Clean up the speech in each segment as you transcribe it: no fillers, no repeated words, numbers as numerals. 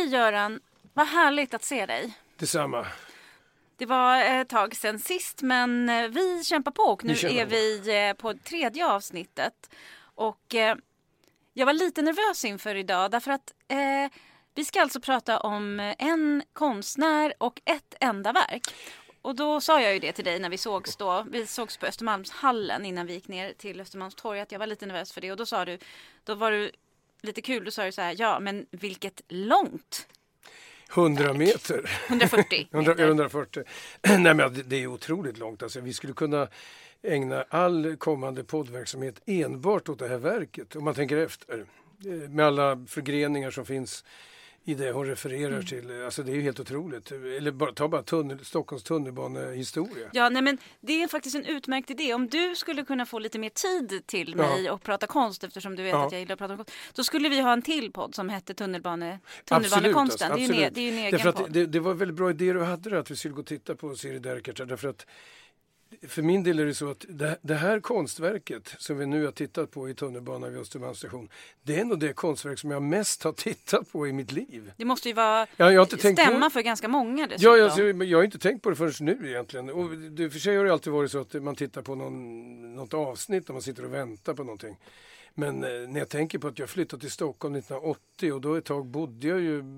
Hej Göran, vad härligt att se dig. Detsamma. Det var ett tag sedan sist, men vi kämpar på och nu är vi på 3:e avsnittet. Och jag var lite nervös inför idag därför att vi ska alltså prata om en konstnär och ett enda verk. Och då sa jag ju det till dig när vi sågs då. Vi sågs på Östermalmshallen innan vi gick ner till Östermalmstorg, att jag var lite nervös för det. Och då var du lite kul, då sa du så här, ja men vilket långt 100 meter. 140 meter. 140. Nej, men det är otroligt långt. Alltså, vi skulle kunna ägna all kommande poddverksamhet enbart åt det här verket. Om man tänker efter. Med alla förgreningar som finns i det hon refererar till. Alltså det är ju helt otroligt. Eller ta bara Stockholms tunnelbanehistoria. Ja, nej men det är faktiskt en utmärkt idé. Om du skulle kunna få lite mer tid till mig och prata konst, eftersom du vet att jag gillar att prata konst, då skulle vi ha en till podd som hette Tunnelbanekonsten. Absolut. Det är ju en egen podd. Det var en väldigt bra idé du hade, att vi skulle gå och titta på Siri Derkert. Därför att för min del är det så att det här konstverket som vi nu har tittat på i tunnelbanan vid Östermalmsstation, det är nog det konstverk som jag mest har tittat på i mitt liv. Det måste ju vara stämma för ganska många dessutom. Ja, jag har inte tänkt på det förrän nu egentligen. Och för sig har det alltid varit så att man tittar på något avsnitt när man sitter och väntar på någonting. Men när jag tänker på att jag flyttade till Stockholm 1980 och då ett tag bodde jag ju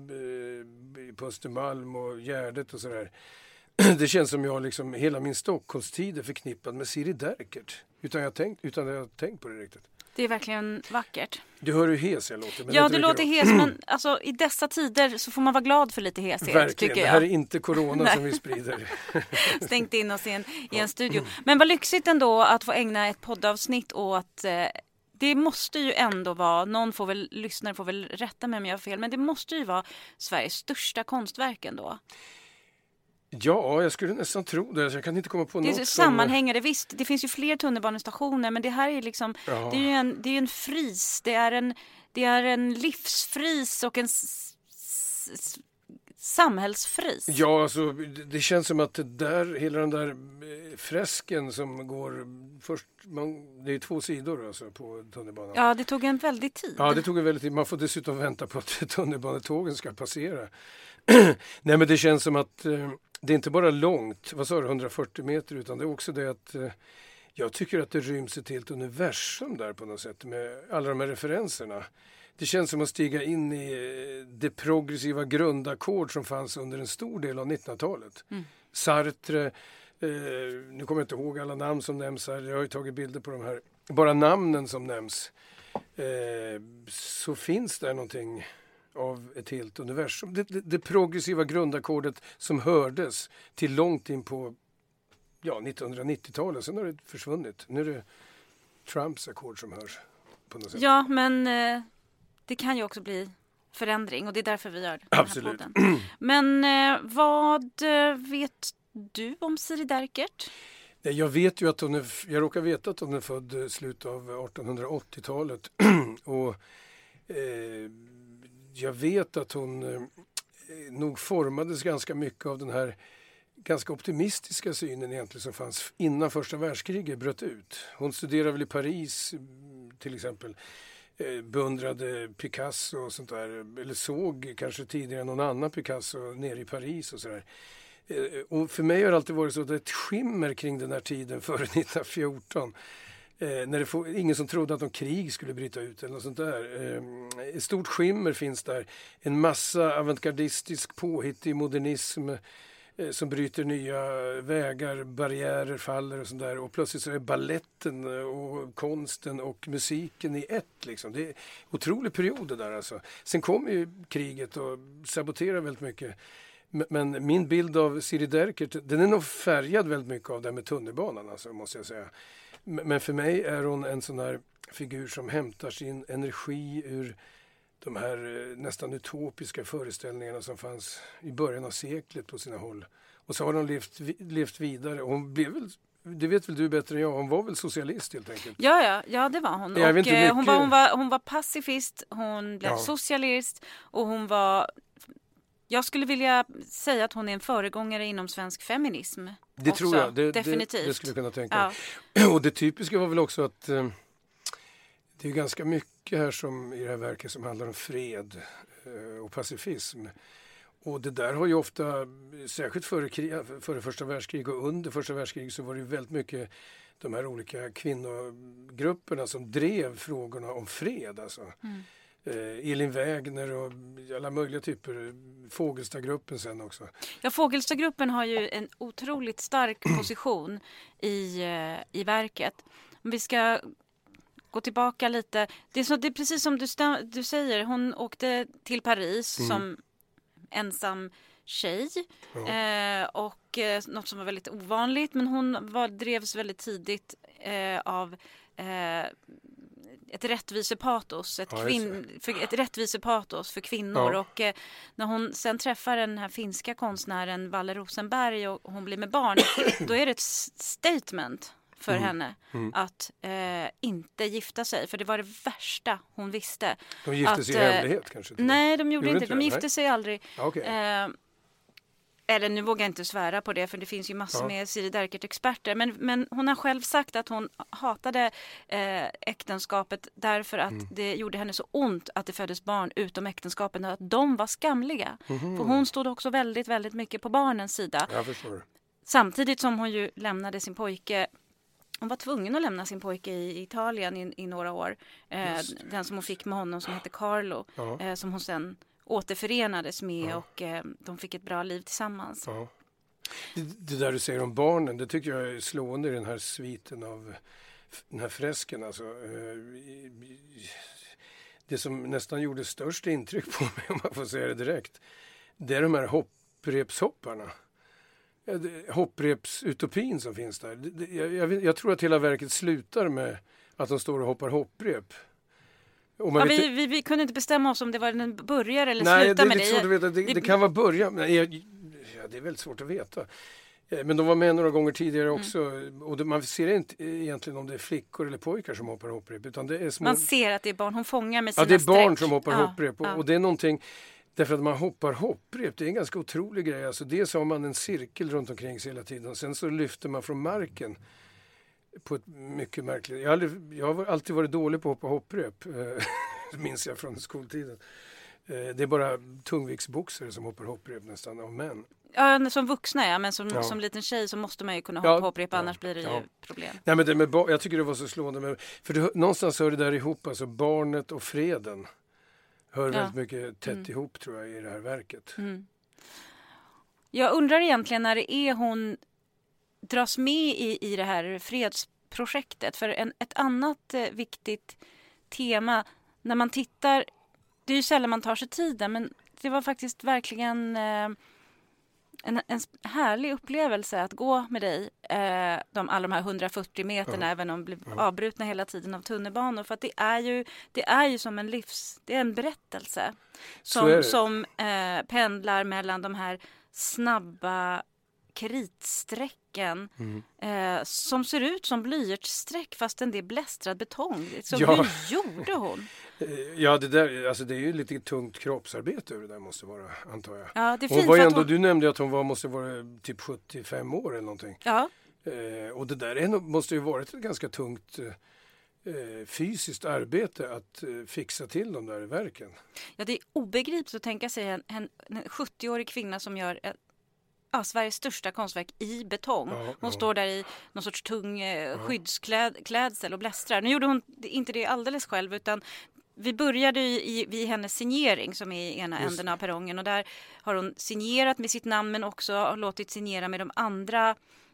på Östermalm och Gärdet och sådär. Det känns som jag liksom hela min Stockholmstid är förknippad med Siri Derkert. Utan jag har tänkt på det riktigt. Det är verkligen vackert. Du hör hur hes jag låter. Men ja, du låter hes, men alltså, i dessa tider så får man vara glad för lite heshet. Verkligen, tycker jag. Det här är inte corona som vi sprider. Stängt in oss i en studio. Men vad lyxigt ändå att få ägna ett poddavsnitt åt... Det måste ju ändå vara, lyssnare får väl rätta mig om jag har fel, men det måste ju vara Sveriges största konstverk ändå. Ja, jag skulle nästan tro det. Jag kan inte komma på något. Det är sammanhängande. Visst, det finns ju fler tunnelbanestationer, men det här är liksom det är ju en fris. Det är en livsfris och en samhällsfris. Ja, alltså det känns som att hela den där fresken som går först, det är 2 sidor alltså på tunnelbanan. Ja, det tog en väldig tid. Ja, det tog en väldig tid. Man får dessutom vänta på att tunnelbanetågen ska passera. Nej, men det känns som att det är inte bara långt, 140 meter, utan det är också det att jag tycker att det ryms ett helt universum där på något sätt med alla de här referenserna. Det känns som att stiga in i det progressiva grundackord som fanns under en stor del av 1900-talet. Sartre, nu kommer jag inte ihåg alla namn som nämns här, jag har ju tagit bilder på de här, bara namnen som nämns. Så finns där någonting av ett helt universum. Det progressiva grundackordet som hördes till långt in på 1990-talet. Sen har det försvunnit. Nu är det Trumps ackord som hörs på något sätt. Ja, men det kan ju också bli förändring och det är därför vi gör den här podden. Men vad vet du om Siri Derkert? Jag vet ju att jag råkar veta att hon är född slut av 1880-talet och jag vet att hon nog formades ganska mycket av den här ganska optimistiska synen egentligen som fanns innan första världskriget bröt ut. Hon studerade väl i Paris till exempel, beundrade Picasso och sånt där, eller såg kanske tidigare någon annan Picasso nere i Paris och sådär. Och för mig har det alltid varit så att det är ett skimmer kring den här tiden före 1914. När ingen som trodde att någon krig skulle bryta ut eller något sånt där. Ett stort skimmer finns där. En massa avantgardistisk påhittig modernism som bryter nya vägar, barriärer faller och sånt där. Och plötsligt så är balletten och konsten och musiken i ett liksom. Det är en otrolig period det där alltså. Sen kom ju kriget och saboterar väldigt mycket. Men min bild av Siri Derkert, den är nog färgad väldigt mycket av det med tunnelbanan alltså, måste jag säga. Men för mig är hon en sån här figur som hämtar sin energi ur de här nästan utopiska föreställningarna som fanns i början av seklet på sina håll. Och så har hon levt vidare. Hon blev väl, det vet väl du bättre än jag, hon var väl socialist helt enkelt. Ja, det var hon. Och hon var pacifist, hon blev socialist och hon var... Jag skulle vilja säga att hon är en föregångare inom svensk feminism. Det också, tror jag. Definitivt. Det skulle jag kunna tänka. Ja. Och det typiska var väl också att det är ganska mycket här som i det här verket som handlar om fred. och pacifism. Och det där har ju ofta, särskilt före första världskriget och under första världskriget, så var det ju väldigt mycket de här olika kvinnogrupperna som drev frågorna om fred. Alltså. Elin Wägner och alla möjliga typer. Fogelstadgruppen sen också. Ja, Fogelstadgruppen har ju en otroligt stark position i verket. Om vi ska gå tillbaka lite. Det är precis som du säger. Hon åkte till Paris som ensam tjej. Och något som var väldigt ovanligt. Men hon drevs väldigt tidigt av ett rättvisepatos, ett rättvisepatos för kvinnor. Och när hon sen träffar den här finska konstnären Valle Rosenberg och hon blir med barn, då är det ett statement för henne att inte gifta sig. För det var det värsta hon visste. De gifte sig i hemlighet kanske? Nej, de gjorde inte det. De gifte sig aldrig. Okay. Eller nu vågar jag inte svära på det, för det finns ju massor med Siri Derkert-experter. Men hon har själv sagt att hon hatade äktenskapet därför att det gjorde henne så ont att det föddes barn utom äktenskapet. Att de var skamliga. För hon stod också väldigt, väldigt mycket på barnens sida. Jag förstår. Samtidigt som hon ju lämnade sin pojke. Hon var tvungen att lämna sin pojke i Italien i några år. Den som hon fick med honom som heter Carlo. Som hon sen återförenades med och de fick ett bra liv tillsammans. Ja. Det där du säger om barnen, det tycker jag är slående i den här sviten av den här fresken. Alltså, det som nästan gjorde störst intryck på mig, om man får säga det direkt, det är de här hopprepshopparna. Hopprepsutopin som finns där. Jag tror att hela verket slutar med att de står och hoppar hopprep. Vi kunde inte bestämma oss om det var en börjare eller sluta med det. Nej, det är svårt att veta. Det kan vara början. Det är väldigt svårt att veta. Men de var med några gånger tidigare också. Och man ser inte egentligen om det är flickor eller pojkar som hoppar hopprep. Utan det är små... Man ser att det är barn. Hon fångar med sina streck. Ja, det är barn streck. som hoppar hopprep. Och det är någonting... Därför att man hoppar hopprep, det är en ganska otrolig grej. Alltså dels har man en cirkel runt omkring sig hela tiden. Och sen så lyfter man från marken på ett mycket märkligt... Jag har alltid varit dålig på att hoppa hopprep. Minns jag från skoltiden. Det är bara tungviktsboxare som hoppar hopprep nästan av män. Ja, som vuxna men som liten tjej så måste man ju kunna hoppa hopprep, annars blir det ju problem. Nej, men jag tycker det var så slående. För någonstans hör det där ihop, alltså barnet och freden hör väldigt mycket tätt ihop tror jag i det här verket. Jag undrar egentligen när det är hon dras med i det här fredsprojektet. För ett annat viktigt tema när man tittar, det är ju sällan man tar sig tiden, men det var faktiskt verkligen en härlig upplevelse att gå med dig alla de här 140 meterna, även om de blev avbrutna hela tiden av tunnelbanor. För att det är ju som det är en berättelse som pendlar mellan de här snabba kritsträcken som ser ut som blyertssträck fastän det är blästrad betong. Så hur gjorde hon? Ja, det är ju lite tungt kroppsarbete över det där måste vara, antar jag. Ja, det är hon fint var ju ändå, du nämnde att hon måste vara typ 75 år eller någonting. Ja. Och det där måste ju varit ett ganska tungt fysiskt arbete att fixa till de där verken. Ja, det är obegripligt att tänka sig en 70-årig kvinna som gör Sveriges största konstverk i betong. Hon står där i någon sorts tung skyddsklädsel och blästrar. Nu gjorde hon inte det alldeles själv, utan vi började vid hennes signering som är i ena änden av perrongen. Och där har hon signerat med sitt namn, men också låtit signera med de andra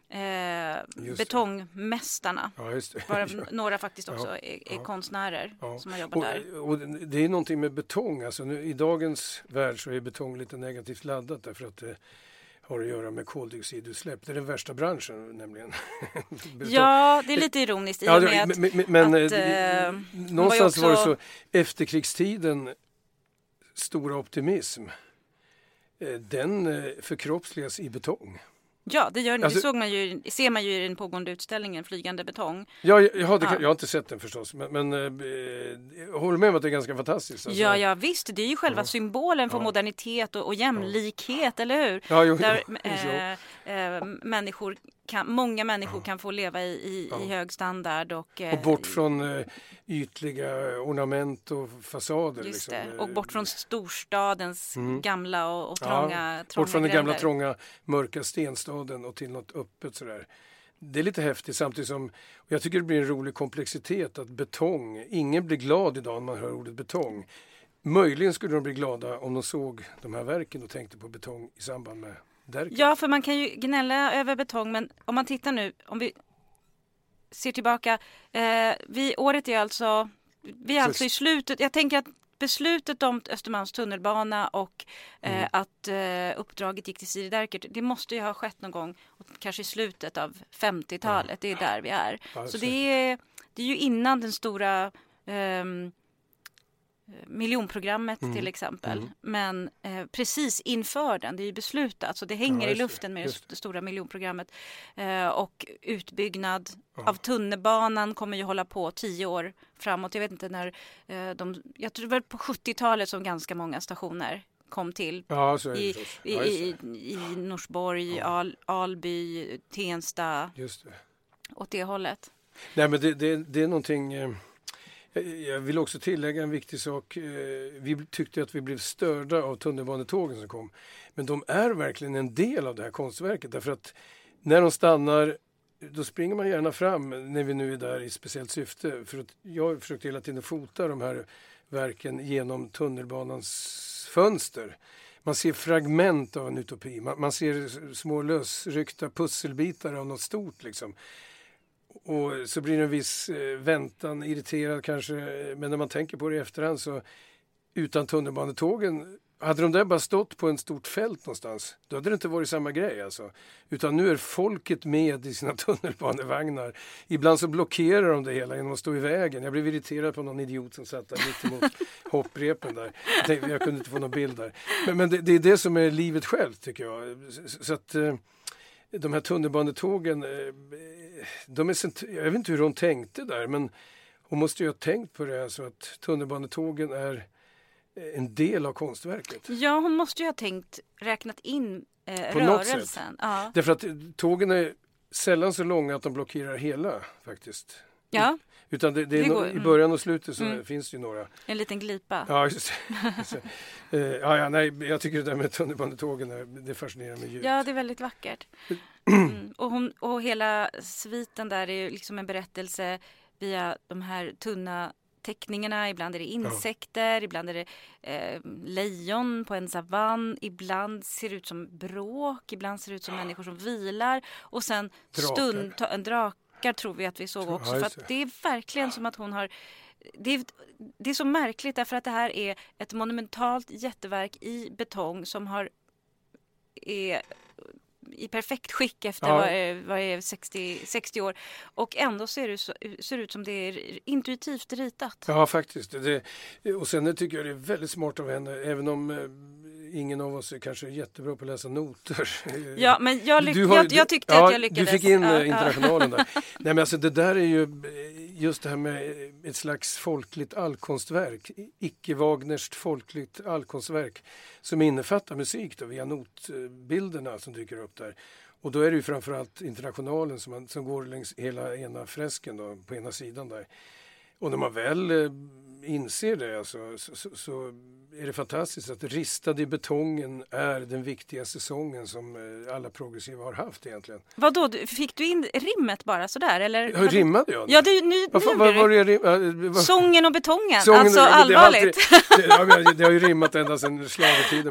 betongmästarna. Ja, just det. Bara några faktiskt också är konstnärer som har jobbat där. Och det är någonting med betong. Alltså i dagens värld så är betong lite negativt laddat därför att det har att göra med koldioxidutsläpp. Det är den värsta branschen nämligen. Ja, det är lite ironiskt i och med att någonstans var det så efterkrigstiden stora optimism. Den förkroppsligas i betong. Ja, det gör det ser man ju i den pågående utställningen Flygande betong. Ja, jag har inte sett den förstås, men håller med om att det är ganska fantastiskt. Alltså. Ja, visst, det är ju själva symbolen för modernitet och jämlikhet, eller hur? Ja, jo, många människor kan få leva i hög standard. Och bort från ytliga ornament och fasader. Just liksom. det. Och bort från storstadens gamla och trånga bort från den gränder. gamla trånga mörka stenstaden och till något öppet sådär. Det är lite häftigt samtidigt som, och jag tycker det blir en rolig komplexitet att betong, ingen blir glad idag när man hör ordet betong. Möjligen skulle de bli glada om de såg de här verken och tänkte på betong i samband med Derken. Ja, för man kan ju gnälla över betong, men om man tittar nu, om vi ser tillbaka, året är alltså, vi är alltså i slutet, jag tänker att beslutet om Östermalms tunnelbana och att uppdraget gick till Siri Derkert, det måste ju ha skett någon gång, kanske i slutet av 50-talet, det är där vi är. Så det är ju innan den stora miljonprogrammet till exempel. Men precis inför den, det är ju beslutat, så det hänger i luften med det stora miljonprogrammet. Och utbyggnad av tunnelbanan kommer ju hålla på 10 år framåt. Jag vet inte när jag tror det var på 70-talet som ganska många stationer kom till. Ja, så är det i Norsborg, Alby, Tensta. Just det. Åt det hållet. Nej, men det är någonting. Jag vill också tillägga en viktig sak. Vi tyckte att vi blev störda av tunnelbanetågen som kom. Men de är verkligen en del av det här konstverket. Därför att när de stannar, då springer man gärna fram när vi nu är där i speciellt syfte. För att jag har försökt hela tiden fota de här verken genom tunnelbanans fönster. Man ser fragment av en utopi. Man ser små lösryckta pusselbitar av något stort liksom. Och så blir det en viss väntan, irriterad kanske. Men när man tänker på det i efterhand så utan tunnelbanetågen, hade de där bara stått på en stort fält någonstans, då hade det inte varit samma grej alltså. Utan nu är folket med i sina tunnelbanevagnar. Ibland så blockerar de det hela genom att stå i vägen. Jag blev irriterad på någon idiot som satt där mitt emot hopprepen där. Jag kunde inte få någon bild där. Men det är det som är livet självt tycker jag. Så att de här tunnelbanetågen, jag vet inte hur hon tänkte där, men hon måste ju ha tänkt på det, alltså att tunnelbanetågen är en del av konstverket. Ja, hon måste ju ha räknat in rörelsen. Ja. Därför att tågen är sällan så långa att de blockerar hela faktiskt. Ja. Utan det i början och slutet så finns det ju några. En liten glipa. Ja, just det. Nej, jag tycker det där med tunnelbanetågen det fascinerar mig djupt. Ja, det är väldigt vackert. Och hela sviten där är ju liksom en berättelse via de här tunna teckningarna. Ibland är det insekter, ibland är det lejon på en savann, ibland ser det ut som bråk, ibland ser det ut som människor som vilar och sen en drakar tror vi att vi såg också. För att det är verkligen som att hon har det är så märkligt därför att det här är ett monumentalt jätteverk i betong som är i perfekt skick efter vad är 60 år. Och ändå ser det ut som det är intuitivt ritat. Ja, faktiskt. Och sen tycker jag det är väldigt smart av henne, även om ingen av oss är kanske jättebra på att läsa noter. Ja, men jag tyckte att jag lyckades. Du fick in internationalen där. Nej, men alltså det där är ju just det här med ett slags folkligt allkonstverk. Icke-Wagnerskt folkligt allkonstverk som innefattar musik då, via notbilderna som dyker upp där. Och då är det ju framförallt internationalen som går längs hela ena fresken då, på ena sidan där. Och när man väl inser det alltså, så är det fantastiskt att ristad i betongen är den viktigaste sången som alla progressiva har haft egentligen. Vadå? Fick du in rimmet bara sådär? Eller? Ja, rimmade jag? Ja, sången och betongen. Alltså allvarligt. Det har ju rimmat ända sedan slagetiden.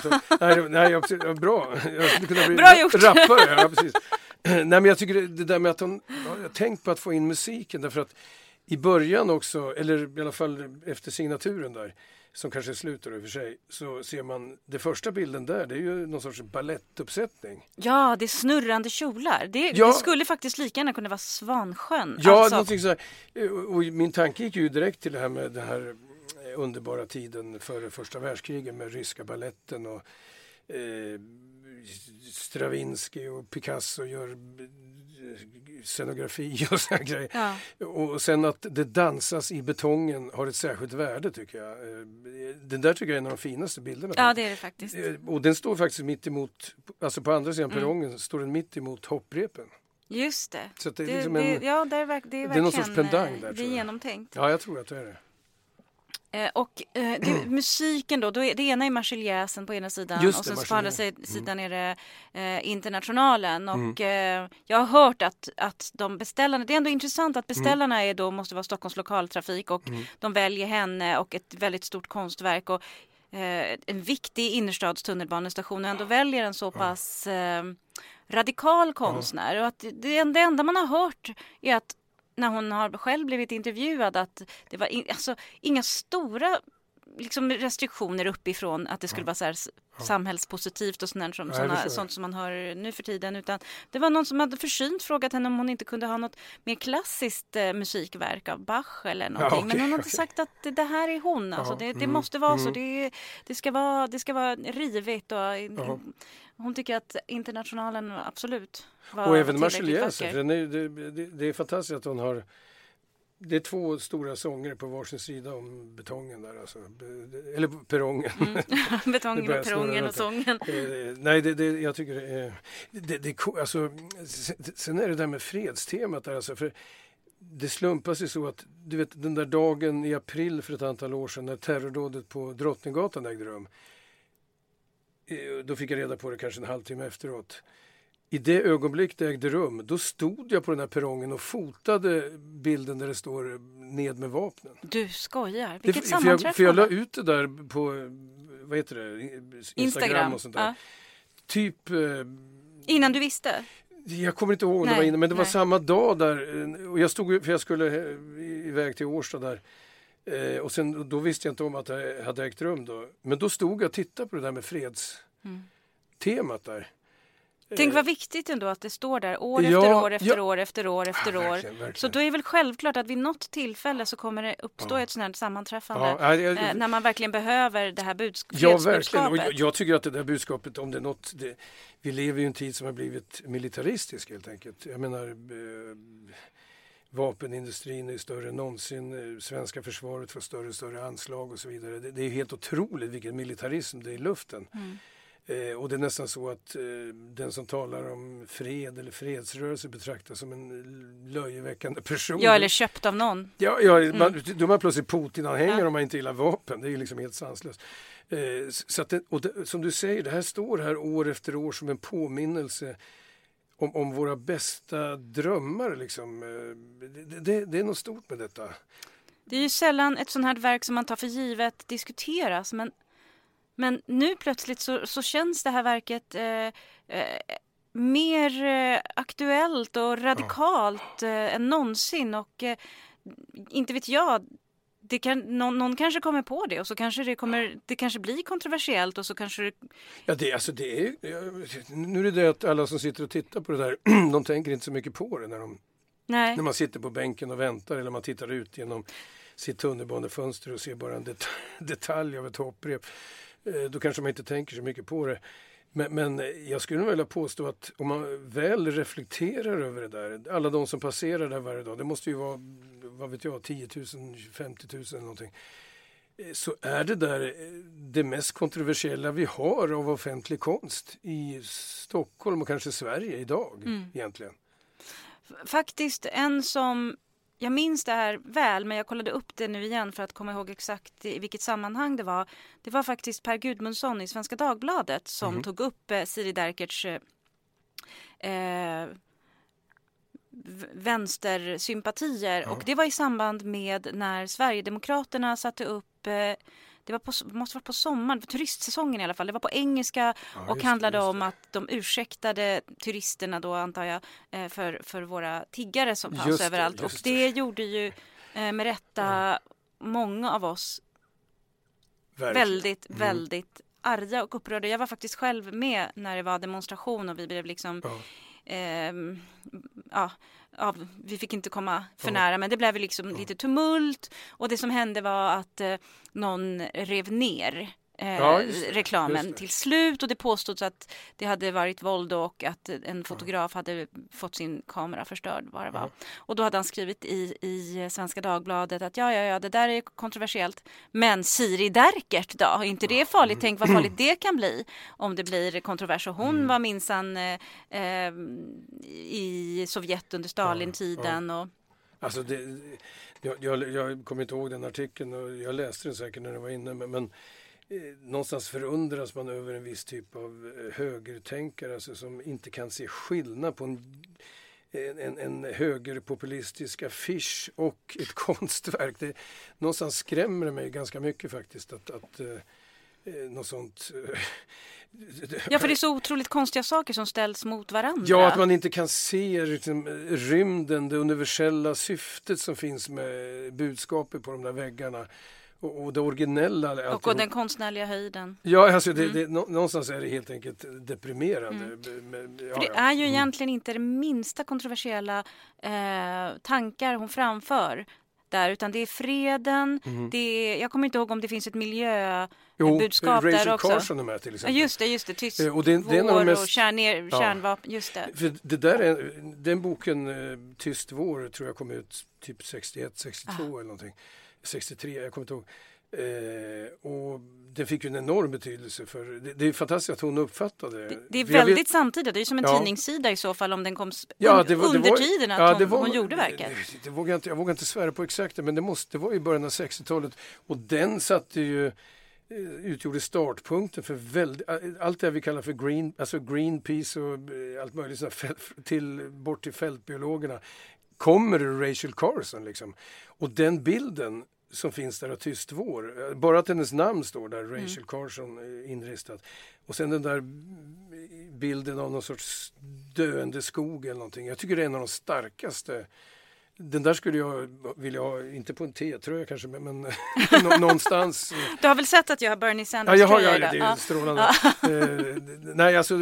Nej, bra. Jag skulle kunna bli bra gjort. Rappare. Ja, precis. Nej, men jag tycker det där med att hon har tänkt på att få in musiken därför att i början också, eller i alla fall efter signaturen där, som kanske slutar i och för sig, så ser man det första bilden där, det är ju någon sorts ballettuppsättning. Ja, det är snurrande kjolar. Det skulle faktiskt lika gärna kunna vara Svansjön. Ja, någonting så här. Och min tanke gick ju direkt till det här med den här underbara tiden före första världskriget med ryska balletten och Stravinsky och Picasso gör scenografi och sådana grejer. Ja. Och sen att det dansas i betongen har ett särskilt värde tycker jag. Den där tycker jag är en av de finaste bilderna. Ja, det är det faktiskt. Och den står faktiskt mitt emot, alltså på andra sidan perrongen står den mitt emot hopprepen. Just det. Så det är liksom det är verkligen, det är någon sorts pendang där. Det är genomtänkt. Ja, jag tror att det är det. Musiken då det ena är Marseljäsen på ena sidan och sen på andra sidan är det Internationalen och jag har hört att de beställarna, det är ändå intressant att beställarna är då måste vara Stockholms lokaltrafik och de väljer henne och ett väldigt stort konstverk och en viktig innerstadstunnelbanestation och ändå väljer en så pass radikal konstnär och att det enda man har hört är att när hon har själv blivit intervjuad att det var inga stora liksom, restriktioner uppifrån att det skulle vara så här samhällspositivt och sånt som man hör nu för tiden utan det var någon som hade försynt frågat henne om hon inte kunde ha något mer klassiskt musikverk av Bach eller någonting men hon har inte sagt att det här är hon alltså, det måste vara så det ska vara rivigt och hon tycker att Internationalen absolut var och även Marseljäsen, det är fantastiskt att hon har det är 2 stora sånger på varsin sida om betongen där alltså. Eller perrongen. Betongen och perrongen och sången. Nej, jag tycker det är alltså, sen är det där med fredstemat där alltså, för det slumpar sig så att du vet den där dagen i april för ett antal år sedan när terrordådet på Drottninggatan ägde rum. Då fick jag reda på det kanske en halvtimme efteråt. I det ögonblick det ägde rum, då stod jag på den här perrongen och fotade bilden där det står ned med vapnen. Du skojar, vilket sammanträffande. För jag la ut det där på, vad heter det, Instagram och sånt där. Ja. Typ... innan du visste? Jag kommer inte ihåg om det var innan, men det var samma dag där. Och jag stod, för jag skulle iväg till Årsta där. Och sen, då visste jag inte om att det hade ägt rum då. Men då stod jag och tittade på det där med fredstemat där. Tänk vad viktigt ändå att det står där år efter år efter år efter år efter år. Verkligen. Så då är väl självklart att vid något tillfälle så kommer det uppstå ett sånt här sammanträffande när man verkligen behöver det här fredsbudskapet. Ja, verkligen. Och jag tycker att det där budskapet, om det är något, vi lever ju i en tid som har blivit militaristisk helt enkelt. Jag menar, vapenindustrin är större än någonsin, svenska försvaret får större och större anslag och så vidare. Det är helt otroligt vilken militarism det är i luften. Och det är nästan så att den som talar om fred eller fredsrörelse betraktas som en löjeväckande person. Ja, eller köpt av någon. Ja, då är man plötsligt Putin-anhängare om man inte gillar vapen. Det är ju liksom helt sanslöst. Så att som du säger, det här står här år efter år som en påminnelse om våra bästa drömmar. Liksom. Det är något stort med detta. Det är ju sällan ett sånt här verk som man tar för givet diskuteras, men nu plötsligt så känns det här verket mer aktuellt och radikalt än någonsin. Och inte vet jag, någon kanske kommer på det och så kanske det kanske blir kontroversiellt och så kanske det... Ja, nu är det att alla som sitter och tittar på det där, de tänker inte så mycket på det när man sitter på bänken och väntar eller man tittar ut genom sitt tunnelbanefönster och ser bara en detalj av ett hopprep. Då kanske man inte tänker så mycket på det. Men jag skulle vilja påstå att om man väl reflekterar över det där, alla de som passerar där varje dag, det måste ju vara, vad vet jag, 10 000, 50 000 eller någonting. Så är det där det mest kontroversiella vi har av offentlig konst i Stockholm och kanske Sverige idag egentligen. Faktiskt en som... Jag minns det här väl, men jag kollade upp det nu igen för att komma ihåg exakt i vilket sammanhang det var. Det var faktiskt Per Gudmundsson i Svenska Dagbladet som tog upp Siri Derkerts vänstersympatier. Och det var i samband med när Sverigedemokraterna satte upp... måste vara på sommaren, turistsäsongen i alla fall. Det var på engelska och handlade om att de ursäktade turisterna då, antar jag, för våra tiggare som fanns överallt. Och det gjorde ju med rätta många av oss väldigt arga och upprörda. Jag var faktiskt själv med när det var demonstration och vi blev liksom... vi fick inte komma för nära, men det blev liksom lite tumult och det som hände var att någon rev ner reklamen till slut, och det påstods att det hade varit våld och att en fotograf hade fått sin kamera förstörd, vad det var. Och då hade han skrivit i Svenska Dagbladet att ja, det där är kontroversiellt, men Siri Derkert då? Är inte det farligt? Tänk vad farligt det kan bli om det blir kontrovers. Och hon var minsann i Sovjet under Stalin-tiden och... Alltså jag kommer inte ihåg den artikeln, och jag läste den säkert när den var inne, men någonstans förundras man över en viss typ av högertänkare, alltså, som inte kan se skillnad på en högerpopulistisk affisch och ett konstverk. Det någonstans skrämmer det mig ganska mycket faktiskt att något sånt... Ja, för det är så otroligt konstiga saker som ställs mot varandra. Ja, att man inte kan se liksom, rymden, det universella syftet som finns med budskapet på de där väggarna. Och det originella. Och den konstnärliga höjden. Ja, alltså någonstans är det helt enkelt deprimerande. För det är ju egentligen inte det minsta kontroversiella tankar hon framför där, utan det är freden, jag kommer inte ihåg om det finns ett miljöbudskap där också. Rachel Carson är med till exempel. Ja, just det, tysk och det är vår mest... och kärnvapen, just det. För det där den boken, Tyst vår, tror jag kom ut typ 61, 62 eller någonting. 63, jag kommer inte ihåg. Och det fick ju en enorm betydelse för det är fantastiskt att hon uppfattade det är väldigt samtidigt, det är som en tidningssida i så fall om den kom under tiden att hon gjorde verket. Jag vågar inte svära på exakt det, men det var i början av 60-talet, och den satte ju utgjorde startpunkten för allt det vi kallar för Greenpeace och allt möjligt bort till fältbiologerna kommer Rachel Carson liksom. Och den bilden som finns där av Tyst vår, bara att hennes namn står där, Rachel Carson inristat. Och sen den där bilden av någon sorts döende skog eller någonting. Jag tycker det är en av de starkaste. Den där skulle jag vilja ha, inte på en T-tröja kanske, men någonstans. Du har väl sett att jag har Bernie Sanders tröja? Ja, det är strålande. Nej, alltså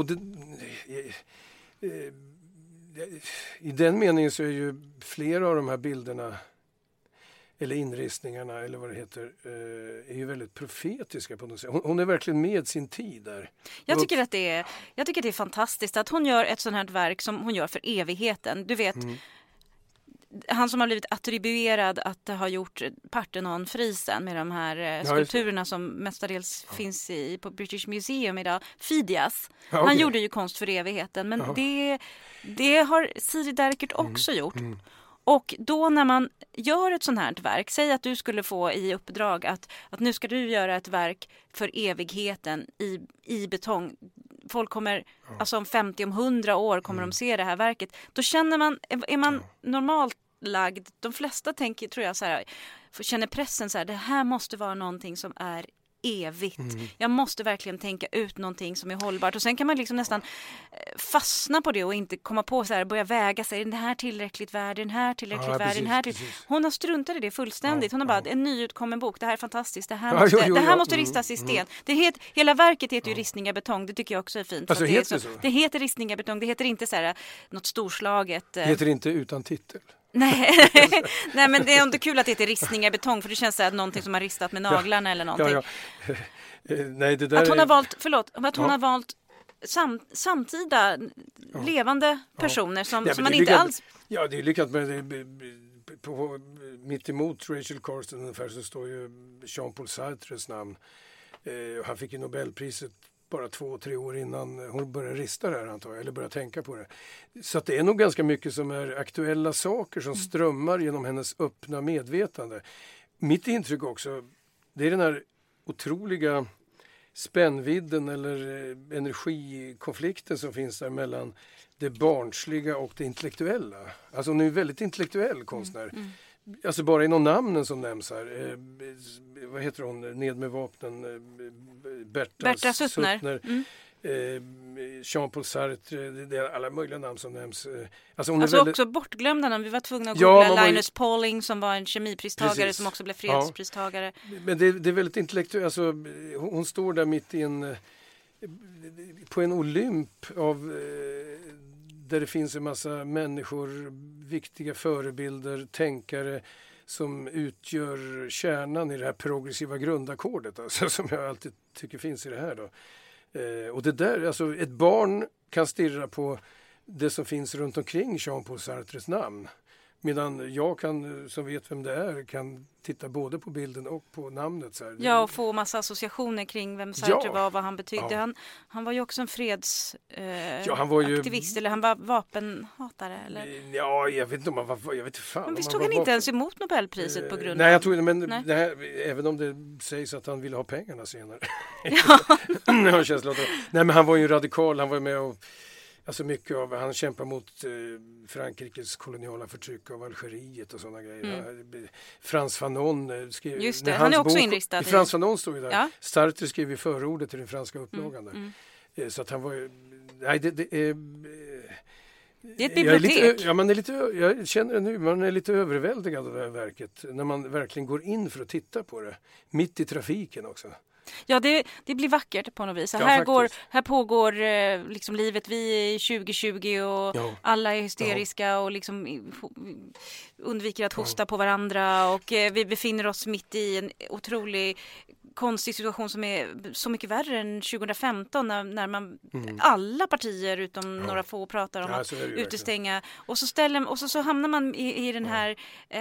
i den meningen så är ju flera av de här bilderna eller inristningarna eller vad det heter är ju väldigt profetiska på något sätt. Hon är verkligen med sin tid där. Jag tycker att det är fantastiskt att hon gör ett sånt här verk som hon gör för evigheten. Du vet, han som har blivit attribuerad att ha gjort Parthenon-frisen med de här skulpturerna som mestadels finns på British Museum idag, Fidias. Han gjorde ju konst för evigheten, men det har Siri Derkert också gjort. Och då när man gör ett sånt här verk, säg att du skulle få i uppdrag att nu ska du göra ett verk för evigheten i betong. Folk kommer, alltså om 50, om 100 år kommer de se det här verket. Då känner man, är man normalt lagd, de flesta tänker, tror jag, så här, känner pressen så här, det här måste vara någonting som är evigt. Jag måste verkligen tänka ut någonting som är hållbart. Och sen kan man liksom nästan fastna på det och inte komma på så här, börja väga sig. Är den här tillräckligt värd? Den här tillräckligt värd? Den här Hon har struntat i det fullständigt. Hon har bara, en nyutkommen bok. Det här är fantastiskt. Det här måste ristas i sten. Hela verket heter ju Ristningar-betong. Det tycker jag också är fint. Alltså, det heter Ristningar-betong. Det heter inte så här något storslaget. Det heter inte utan titel. Nej, men det är inte kul att det heter ristningar betong, för det känns så här någonting som har ristat med naglarna eller någonting. Nej, det där att hon har valt samtida levande personer som man inte alls... Ja, det är lyckat med det. Mitt emot Rachel Carson ungefär så står ju Jean-Paul Sartres namn. Han fick ju Nobelpriset bara 2-3 år innan hon började rista det här, antar jag, eller började tänka på det. Så att det är nog ganska mycket som är aktuella saker som strömmar genom hennes öppna medvetande. Mitt intryck också, det är den här otroliga spännvidden eller energikonflikten som finns där mellan det barnsliga och det intellektuella. Alltså hon är ju väldigt intellektuell konstnär. Alltså bara inom namnen som nämns här. Vad heter hon? Ned med vapnen. Berta Suttner. Jean-Paul Sartre. Det är alla möjliga namn som nämns. Alltså också bortglömda namn. Vi var tvungna att googla Linus Pauling som var en kemipristagare som också blev fredspristagare. Men det är väldigt intellektuellt. Alltså, hon står där mitt i på en olymp av... där det finns en massa människor, viktiga förebilder, tänkare som utgör kärnan i det här progressiva grundackordet, alltså, som jag alltid tycker finns i det här då. Och det där, alltså ett barn kan stirra på det som finns runt omkring Jean-Paul Sartres namn. Medan jag som vet vem det är, kan titta både på bilden och på namnet. Så här. Ja, och få massa associationer kring vem Sartre var och vad han betydde. Ja. Han var ju också en fredsaktivist, eller han var vapenhatare. Eller? Ja, jag vet inte om han var, jag vet inte fan. Men visst tog han inte ens emot Nobelpriset på grund av... Nej, jag tror men det här, även om det sägs att han ville ha pengarna senare. Ja. Nej, men han var ju radikal, han var med och... Alltså mycket av, han kämpar mot Frankrikes koloniala förtryck av Algeriet och sådana grejer. Frans Fanon skrev... Just det, han är också inristad. Frans Fanon stod ju där. Ja. Sartre skrev i förordet till den franska upplagan där. Så att han var ju... Nej, det är ett bibliotek. Jag känner det nu, man är lite överväldigad av det här verket. När man verkligen går in för att titta på det. Mitt i trafiken också. Ja, det blir vackert på något vis. Ja, här pågår liksom livet. Vi är 2020 och alla är hysteriska och liksom undviker att hosta på varandra. Och vi befinner oss mitt i en otrolig konstig situation som är så mycket värre än 2015 när man alla partier utom några få pratar om att utestänga. Och så hamnar man i den här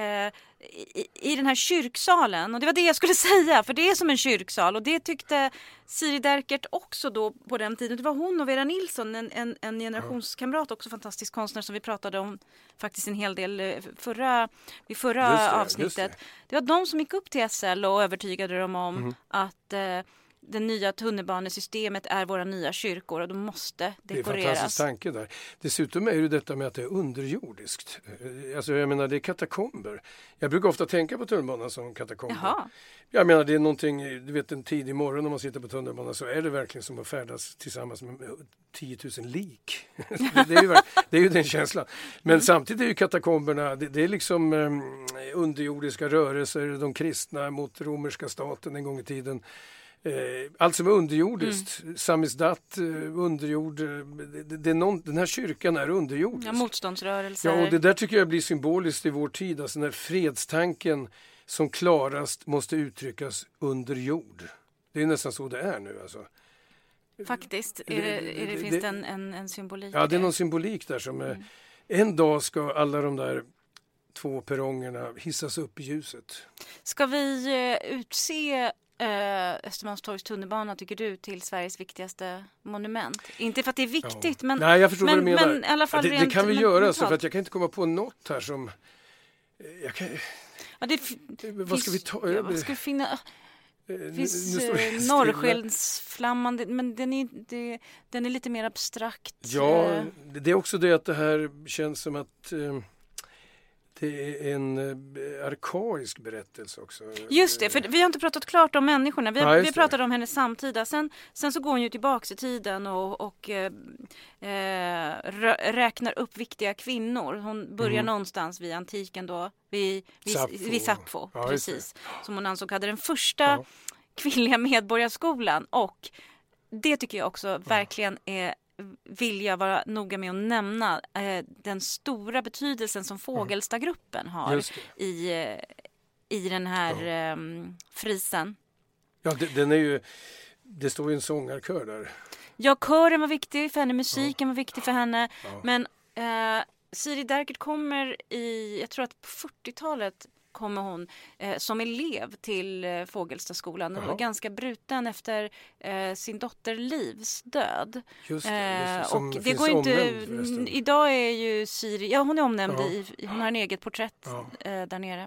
i den här kyrksalen, och det var det jag skulle säga, för det är som en kyrksal, och det tyckte Siri Derkert också då på den tiden. Det var hon och Vera Nilsson, en generationskamrat, också fantastisk konstnär som vi pratade om faktiskt en hel del vid förra avsnittet. Det var de som gick upp till SL och övertygade dem om att det nya tunnelbanesystemet är våra nya kyrkor och de måste dekoreras. Det är en fantastisk tanke där. Dessutom är det detta med att det är underjordiskt. Alltså jag menar, det är katakomber. Jag brukar ofta tänka på tunnelbanan som katakomber. Jaha. Jag menar, det är någonting, du vet, en tidig morgon när man sitter på tunnelbanan så är det verkligen som att färdas tillsammans med 10 000 lik. det är ju den känslan. Men samtidigt är ju katakomberna, det är liksom underjordiska rörelser, de kristna mot romerska staten en gång i tiden. Allt som är underjordiskt, samizdat, underjord, den här kyrkan är underjordisk. Ja, motståndsrörelser. Ja, och det där tycker jag blir symboliskt i vår tid, alltså när fredstanken som klarast måste uttryckas under jord. Det är nästan så det är nu alltså. Faktiskt, finns det en symbolik. Ja, det är någon symbolik där som en dag ska alla de där 2 perrongerna hissas upp i ljuset. Ska vi utse Östermalmstorgs tunnelbana, tycker du, till Sveriges viktigaste monument? Inte för att det är viktigt, men... Nej, jag förstår vad du menar. Men i alla fall det kan vi göra, så för att jag kan inte komma på något här som... vad ska vi ta? Vad ska vi finna... Det finns norrskensflammande, men den är lite mer abstrakt. Ja, det är också det att det här känns som att... Det är en arkaisk berättelse också. Just det, för vi har inte pratat klart om människorna. Vi har pratat om henne samtida. Sen så går hon ju tillbaka i tiden och räknar upp viktiga kvinnor. Hon börjar någonstans vid antiken då. Vid Sappho, precis. Som hon ansåg hade den första kvinnliga medborgarskolan. Och det tycker jag också verkligen vill jag vara noga med att nämna den stora betydelsen som Fogelstadgruppen har i den här frisen. Ja, den är ju, det står ju en sångarkör där. Ja, kören var viktig för henne, musiken var viktig för henne, men Siri Derkert kommer jag tror att på 40-talet kommer hon som elev till Fogelstadskolan. Hon var ganska bruten efter sin dotter Livs död. Just det, som och det går inte. Idag är ju Siri, hon är omnämnd hon har en eget porträtt där nere.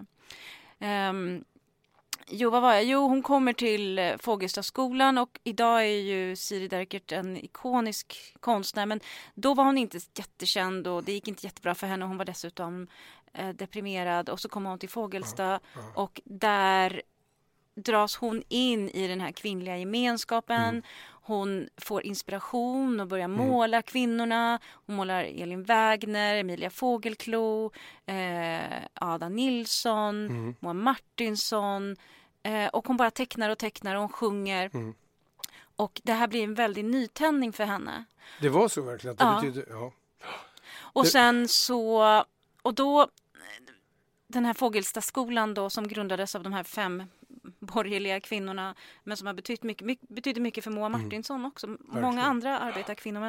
Vad var jag? Hon kommer till Fogelstadskolan och idag är ju Siri Derkert en ikonisk konstnär, men då var hon inte jättekänd och det gick inte jättebra för henne. Hon var dessutom deprimerad, och så kommer hon till Fogelstad och där dras hon in i den här kvinnliga gemenskapen. Hon får inspiration och börjar måla kvinnorna. Hon målar Elin Wägner, Emilia Fågelklo, Ada Nilsson, Moa Martinsson, och hon bara tecknar och hon sjunger. Och det här blir en väldig nytändning för henne. Det var så verkligen att det betyder, Och sen så, och då den här Fogelstaskolan då, som grundades av de här 5 borgerliga kvinnorna, men som har betydde mycket för Moa Martinsson också. Många andra arbetarkvinnor.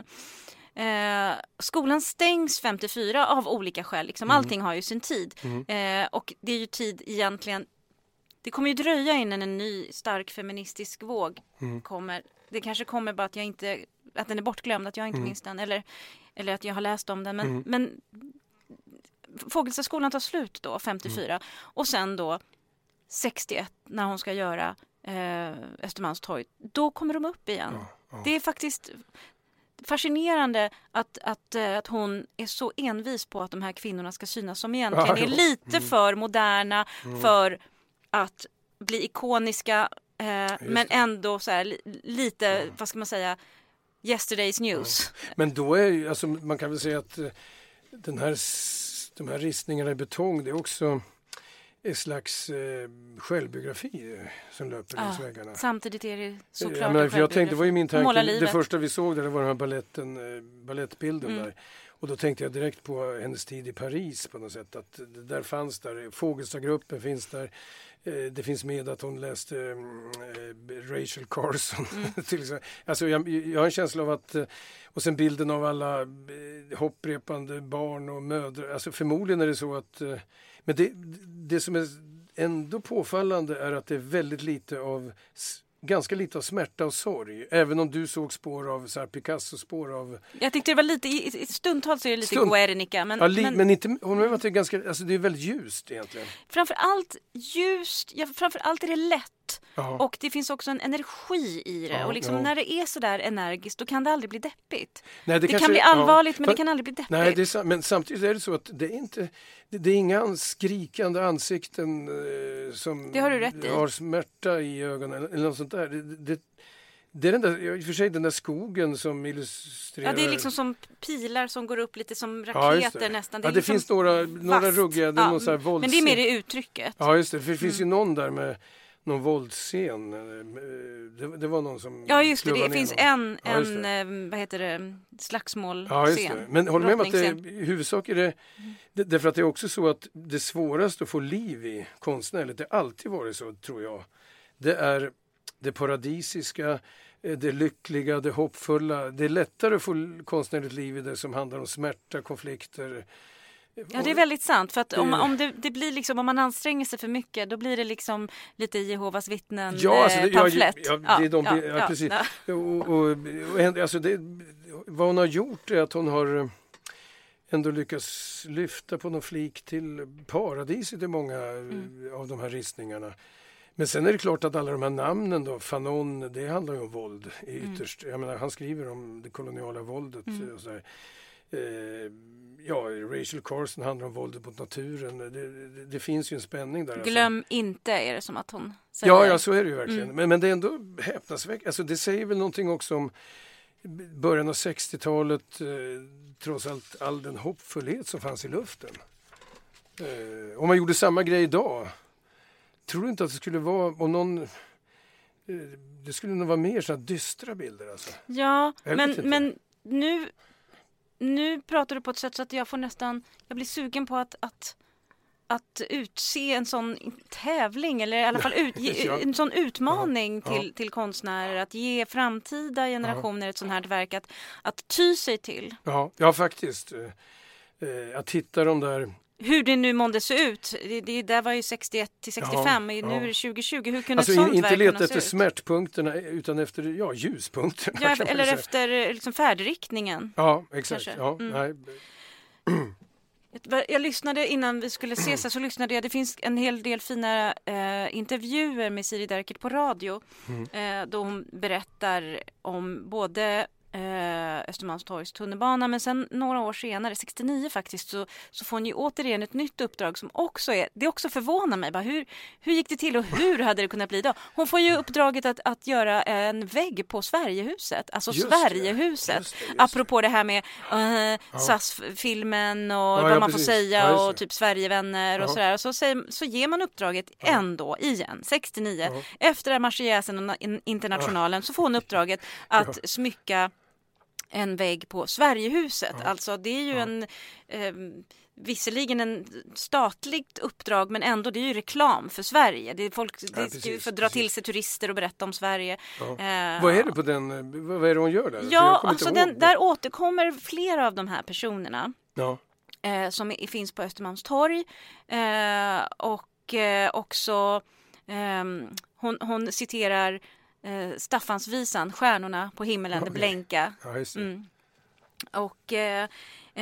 Men, skolan stängs 54 av olika skäl. Liksom. Allting har ju sin tid. Och det är ju tid egentligen. Det kommer ju dröja innan en ny stark feministisk våg kommer. Det kanske kommer bara att den är bortglömd, att jag inte minns den. Eller att jag har läst om den. Men Fogelstaskolan tar slut då, 54. Och sen då 61, när hon ska göra Östermalmstorg, då kommer de upp igen. Det är faktiskt fascinerande att hon är så envis på att de här kvinnorna ska synas, som egentligen är lite för moderna för att bli ikoniska, men ändå så här, lite, vad ska man säga, yesterday's news. Men då är ju, alltså, man kan väl säga att de här ristningarna i betong, det är också ett slags självbiografi som löper längs väggarna. Samtidigt är det såklart en jag tänkte, det var ju min tanke, det första vi såg det var den här ballettbilden där. Och då tänkte jag direkt på hennes tid i Paris på något sätt. Att det där fanns där, Fogelstad-gruppen finns där. Det finns med att hon läste Rachel Carson. Till exempel. Alltså jag har en känsla av att, och sen bilden av alla hopprepande barn och mödrar. Alltså förmodligen är det så att, men det som är ändå påfallande är att det är väldigt lite av, ganska lite av smärta och sorg. Även om du såg spår av så här, Picasso-spår av... Jag tyckte det var lite, i stundtals är det lite Guernica. Men inte, hon har varit ganska, alltså det är väldigt ljust egentligen. Framförallt ljust, framförallt är det lätt. Och det finns också en energi i det. Och liksom när det är så där energiskt, då kan det aldrig bli deppigt. Nej, det kan bli allvarligt, men det kan aldrig bli deppigt. Nej, det är men samtidigt är det så att det är inte... Det är inga skrikande ansikten som det har du rätt i. Har smärta i ögonen eller något sånt där. Det är den där, i och för sig den där skogen som illustrerar... Ja, det är liksom som pilar som går upp lite som raketer nästan. Det liksom finns några ruggiga, det är någon så här våldsscen. Men det är mer i uttrycket. Ja, just det. För det finns ju någon där med någon våldsscen. Det var någon som... Ja, just det. Det finns en vad heter det, slagsmålscen. Ja, just det. Men håll med om att det i huvudsak är det... Därför att det är också så att det svåraste att få liv i konstnärligt, det har alltid varit så, tror jag. Det är det paradisiska, det lyckliga, det hoppfulla. Det är lättare att få konstnärligt liv i det som handlar om smärta, konflikter. Ja, det är väldigt sant. För att om det blir liksom, om man anstränger sig för mycket, då blir det liksom lite Jehovas vittnen pamflett. Precis. Och alltså vad hon har gjort är att hon har ändå lyckats lyfta på någon flik till paradiset i många av de här ristningarna. Men sen är det klart att alla de här namnen då, Fanon, det handlar ju om våld ytterst. Jag menar, han skriver om det koloniala våldet och så här. Rachel Carson handlar om våldet mot naturen. Det finns ju en spänning där. Glöm inte, är det som att hon säger. Ja, så är det ju verkligen. Men det är ändå häpnadsväckande. Alltså, det säger väl någonting också om början av 60-talet, trots allt, all den hoppfullhet som fanns i luften. Om man gjorde samma grej idag, tror du inte att det skulle vara, om någon... Det skulle nog vara mer så här dystra bilder alltså. Ja, men nu pratar du på ett sätt så att jag blir sugen på att utse en sån tävling, eller i alla fall en sån utmaning till konstnärer, att ge framtida generationer ett sånt här verk att ty sig till. Ja, faktiskt. Att hitta de där... Hur det nu måste se ut. Det där var ju 61 till 65, men nu är det 2020. Hur kunde ett sånt inte verk leta efter smärtpunkterna utan efter ljuspunkterna. Ja, eller efter liksom färdriktningen. Ja, exakt. Ja, nej. Jag lyssnade innan vi skulle ses, så lyssnade jag. Det finns en hel del fina intervjuer med Siri Derkert på radio. Då hon berättar om både Östermalmstorgs tunnelbana, men sen några år senare, 69 faktiskt, så får hon ju återigen ett nytt uppdrag som också det också förvånar mig. Bara, hur gick det till och hur hade det kunnat bli då? Hon får ju uppdraget att göra en vägg på Sverigehuset, alltså Sverigehuset. Apropå det här med SAS-filmen och vad man får säga och typ Sverigevänner och sådär. Så ger man uppdraget ändå igen, 69. Efter Marseillesen och Internationalen så får hon uppdraget att smycka en vägg på Sverigehuset. Alltså det är ju visserligen en statligt uppdrag, men ändå det är ju reklam för Sverige. Det är folk ska få dra till sig turister och berätta om Sverige. Ja. Vad är det på den? Vad är det hon gör där? Ja, alltså där återkommer flera av de här personerna. Ja. Som finns på Östermalmstorg. Och också hon citerar Staffansvisan, Stjärnorna på himmelen, det blänka. Ja, just det. Och är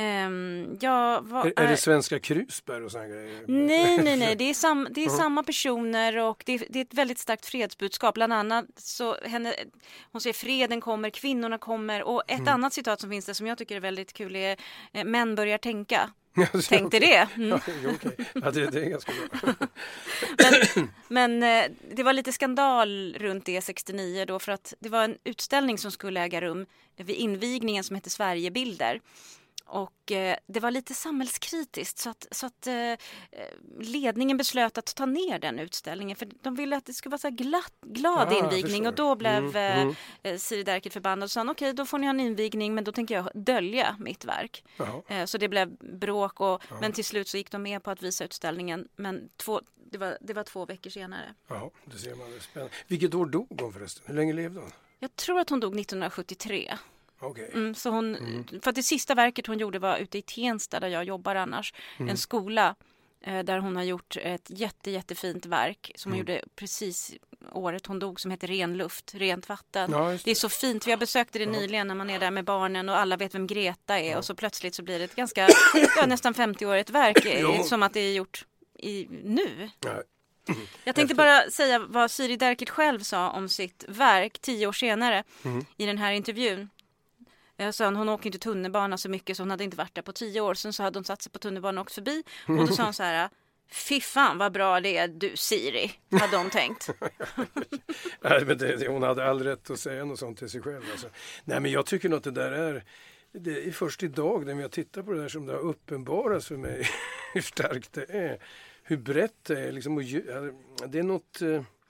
det svenska krusbär och såna grejer? Nej. Det är samma personer och det är ett väldigt starkt fredsbudskap. Bland annat så hon säger freden kommer, kvinnorna kommer. Och ett annat citat som finns där som jag tycker är väldigt kul är män börjar tänka. Tänkte det. Ja, okay. Ja, det är ganska bra. men det var lite skandal runt det 69 då, för att det var en utställning som skulle äga rum vid invigningen som heter Sverigebilder. Och det var lite samhällskritiskt så att ledningen beslöt att ta ner den utställningen. För de ville att det skulle vara så här glad invigning. Och då blev Siri Derkert förbannad och sa okej, då får ni ha en invigning, men då tänker jag dölja mitt verk. Så det blev bråk. Men till slut så gick de med på att visa utställningen. Men det var 2 veckor senare. Ja, det ser man. Det är spännande. Vilket år dog hon förresten? Hur länge levde hon? Jag tror att hon dog 1973. Okay. Så för att det sista verket hon gjorde var ute i Tensta där jag jobbar annars. En skola där hon har gjort ett jättefint verk som hon gjorde precis året hon dog, som heter Ren luft, rent vatten. Ja, det är så fint. Vi har besökt det nyligen när man är där med barnen och alla vet vem Greta är och så plötsligt så blir det ett ganska nästan 50-årigt verk som att det är gjort nu. Ja. Jag tänkte bara säga vad Siri Derkert själv sa om sitt verk 10 år senare i den här intervjun. Så hon åker inte tunnelbana så mycket så hon hade inte varit där på 10 år. Sen så hade hon satt sig på tunnelbanan och åkt förbi. Och då sa hon så här: fy fan vad bra det är du Siri, hade hon tänkt. Nej, men hon hade all rätt att säga något sånt till sig själv. Alltså. Nej, men jag tycker nog att det är först idag när jag tittar på det där som det har uppenbarats för mig hur starkt det är. Hur brett det är. Liksom, det är något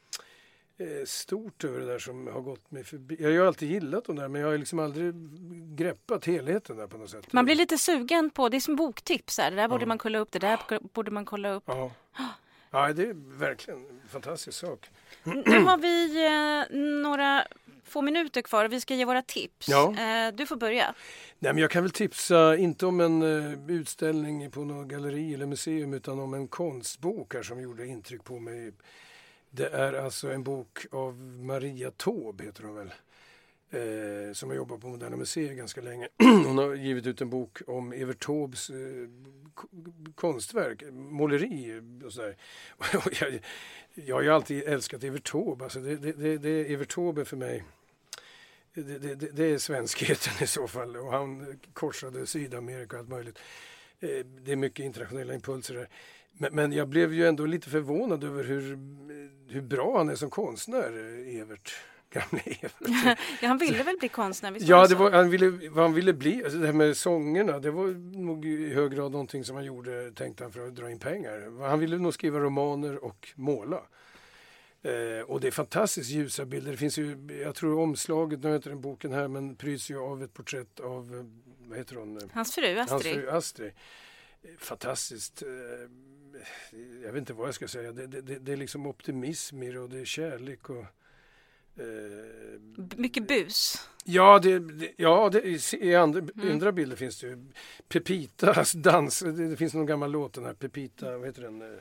stort över det där som har gått mig förbi. Jag har ju alltid gillat de där, men jag har liksom aldrig greppat helheten där på något sätt. Man blir lite sugen på, det är som boktips här. Det där borde man kolla upp, det där borde man kolla upp. Ja, det är verkligen en fantastisk sak. Nu har vi några få minuter kvar och vi ska ge våra tips. Ja. Du får börja. Nej, men jag kan väl tipsa, inte om en utställning på något galleri eller museum, utan om en konstbok här som gjorde intryck på mig. Det är alltså en bok av Maria Taube, heter hon väl, som har jobbat på Moderna Museet ganska länge. Hon har givit ut en bok om Evert Taubes konstverk, måleri och sådär. Jag har ju alltid älskat Evert Taube. Alltså det Evert Taube för mig, det är svenskheten i så fall. Och han korsade Sydamerika och allt möjligt. Det är mycket internationella impulser där. Men jag blev ju ändå lite förvånad över hur bra han är som konstnär, Evert. Gamle Evert. Ja, han ville väl bli konstnär? Ja, vad han ville bli. Alltså det här med sångerna, det var nog i hög grad någonting som han gjorde, tänkte han, för att dra in pengar. Han ville nog skriva romaner och måla. Och det är fantastiskt ljusa bilder. Det finns ju, jag tror omslaget, nu heter den boken här, men pryds ju av ett porträtt av, vad heter hon? Hans fru Astrid. Fantastiskt. Jag vet inte vad jag ska säga. Det är liksom optimism i det, och det är kärlek och mycket bus. Ja, i andra bilder finns det ju Pepitas dans. Det finns någon gammal låt, den här Pepita, vad heter den?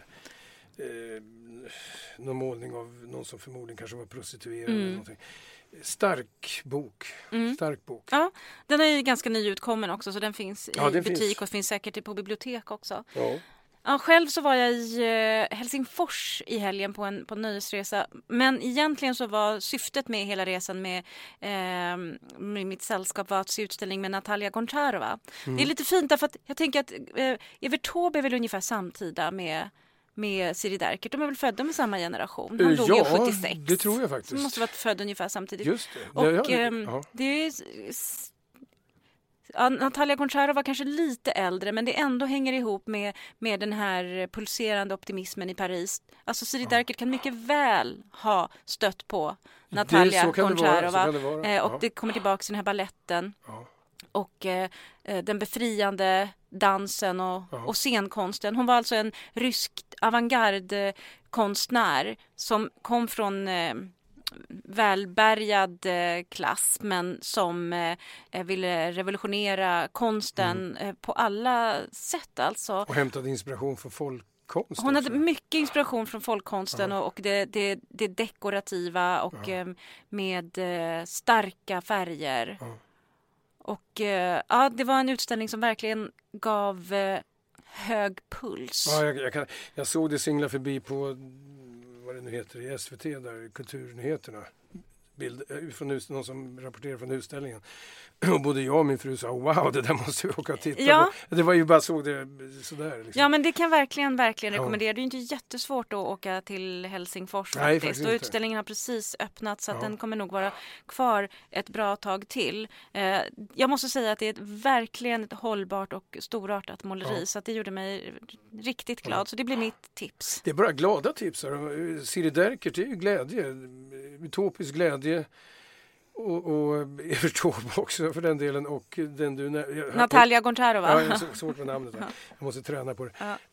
Någon målning av någon som förmodligen kanske var prostituerad eller någonting. Stark bok. Ja, den är ju ganska nyutkommen också, så den finns i butik och finns säkert på bibliotek också. Ja. Ja, själv så var jag i Helsingfors i helgen på en nöjesresa. Men egentligen så var syftet med hela resan med mitt sällskap var att se utställning med Natalia Goncharova. Det är lite fint därför att jag tänker att Evert Taube är väl ungefär samtida med Siri Derkert. De är väl födda med samma generation. Han dog ju 76. Det tror jag faktiskt. Så måste vara född ungefär samtidigt. Just det. Och det är Natalia Goncharova var kanske lite äldre, men det ändå hänger ihop med den här pulserande optimismen i Paris. Alltså Siri Derkert kan mycket väl ha stött på Natalia Goncharova och det kommer tillbaka till den här balletten och den befriande dansen och scenkonsten. Hon var alltså en rysk avantgarde-konstnär som kom från välbärgad klass, men som ville revolutionera konsten på alla sätt alltså. Och hämtade inspiration från folkkonst. Hon hade mycket inspiration från folkkonsten och det dekorativa och med starka färger. Och det var en utställning som verkligen gav hög puls. Ja, jag såg det singla förbi på vad det nu heter i SVT där, Kulturnyheterna. Bild från någon som rapporterar från utställningen. Och både jag och min fru sa, wow, det där måste vi åka och titta på. Det var ju bara såg det sådär. Liksom. Ja, men det kan verkligen rekommendera. Det är ju inte jättesvårt att åka till Helsingfors. Nej, faktiskt. Och utställningen har precis öppnat så att den kommer nog vara kvar ett bra tag till. Jag måste säga att det är verkligen ett hållbart och storartat måleri. Så att det gjorde mig riktigt glad. Så det blir mitt tips. Det är bara glada tips. Siri Derkert, det är ju glädje. Utopisk glädje. Och Evert Taube också för den delen. Och den du Natalia Goncharova. Ja, svårt med namnet. Jag måste träna på det.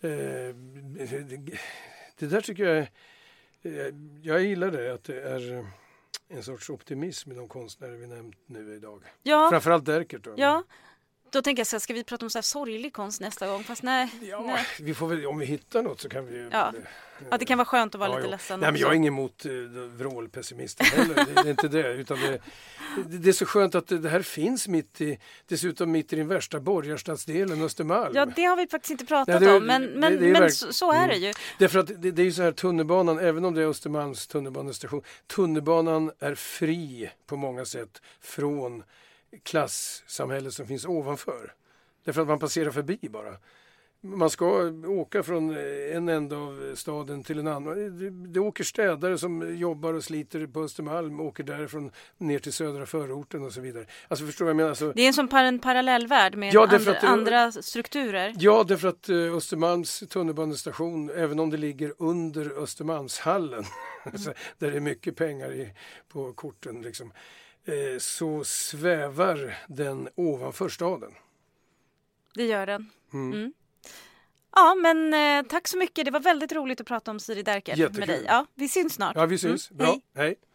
Det där tycker jag gillar det. Att det är en sorts optimism i de konstnärer vi nämnt nu idag. Ja. Framförallt Derkert då. Ja. Då tänker jag så här, ska vi prata om så här sorglig konst nästa gång? Fast nej. Vi får väl, om vi hittar något så kan vi ju... Ja, det kan vara skönt att vara lite ledsen. Nej, men jag är ingen emot vrålpessimister heller. Det är inte det. Utan det är så skönt att det här finns dessutom mitt i den värsta borgarstadsdelen, Östermalm. Ja, det har vi faktiskt inte pratat om. Men så är det ju. Därför att det är ju så här, tunnelbanan, även om det är Östermalms tunnelbanestation, tunnelbanan är fri på många sätt från klassamhället som finns ovanför. Därför att man passerar förbi bara. Man ska åka från en ända av staden till en annan. Det åker städare som jobbar och sliter på Östermalm, åker därifrån ner till södra förorten och så vidare. Alltså förstår jag menar? Alltså, det är en sån en parallellvärld med andra strukturer. Ja, därför att Östermalms tunnelbanestation, även om det ligger under Östermalmshallen, där det är mycket pengar på korten liksom, så svävar den ovanför staden. Det gör den. Ja, men tack så mycket. Det var väldigt roligt att prata om Siri Derkert med dig. Ja, vi syns snart. Ja, vi syns. Bra. Hej.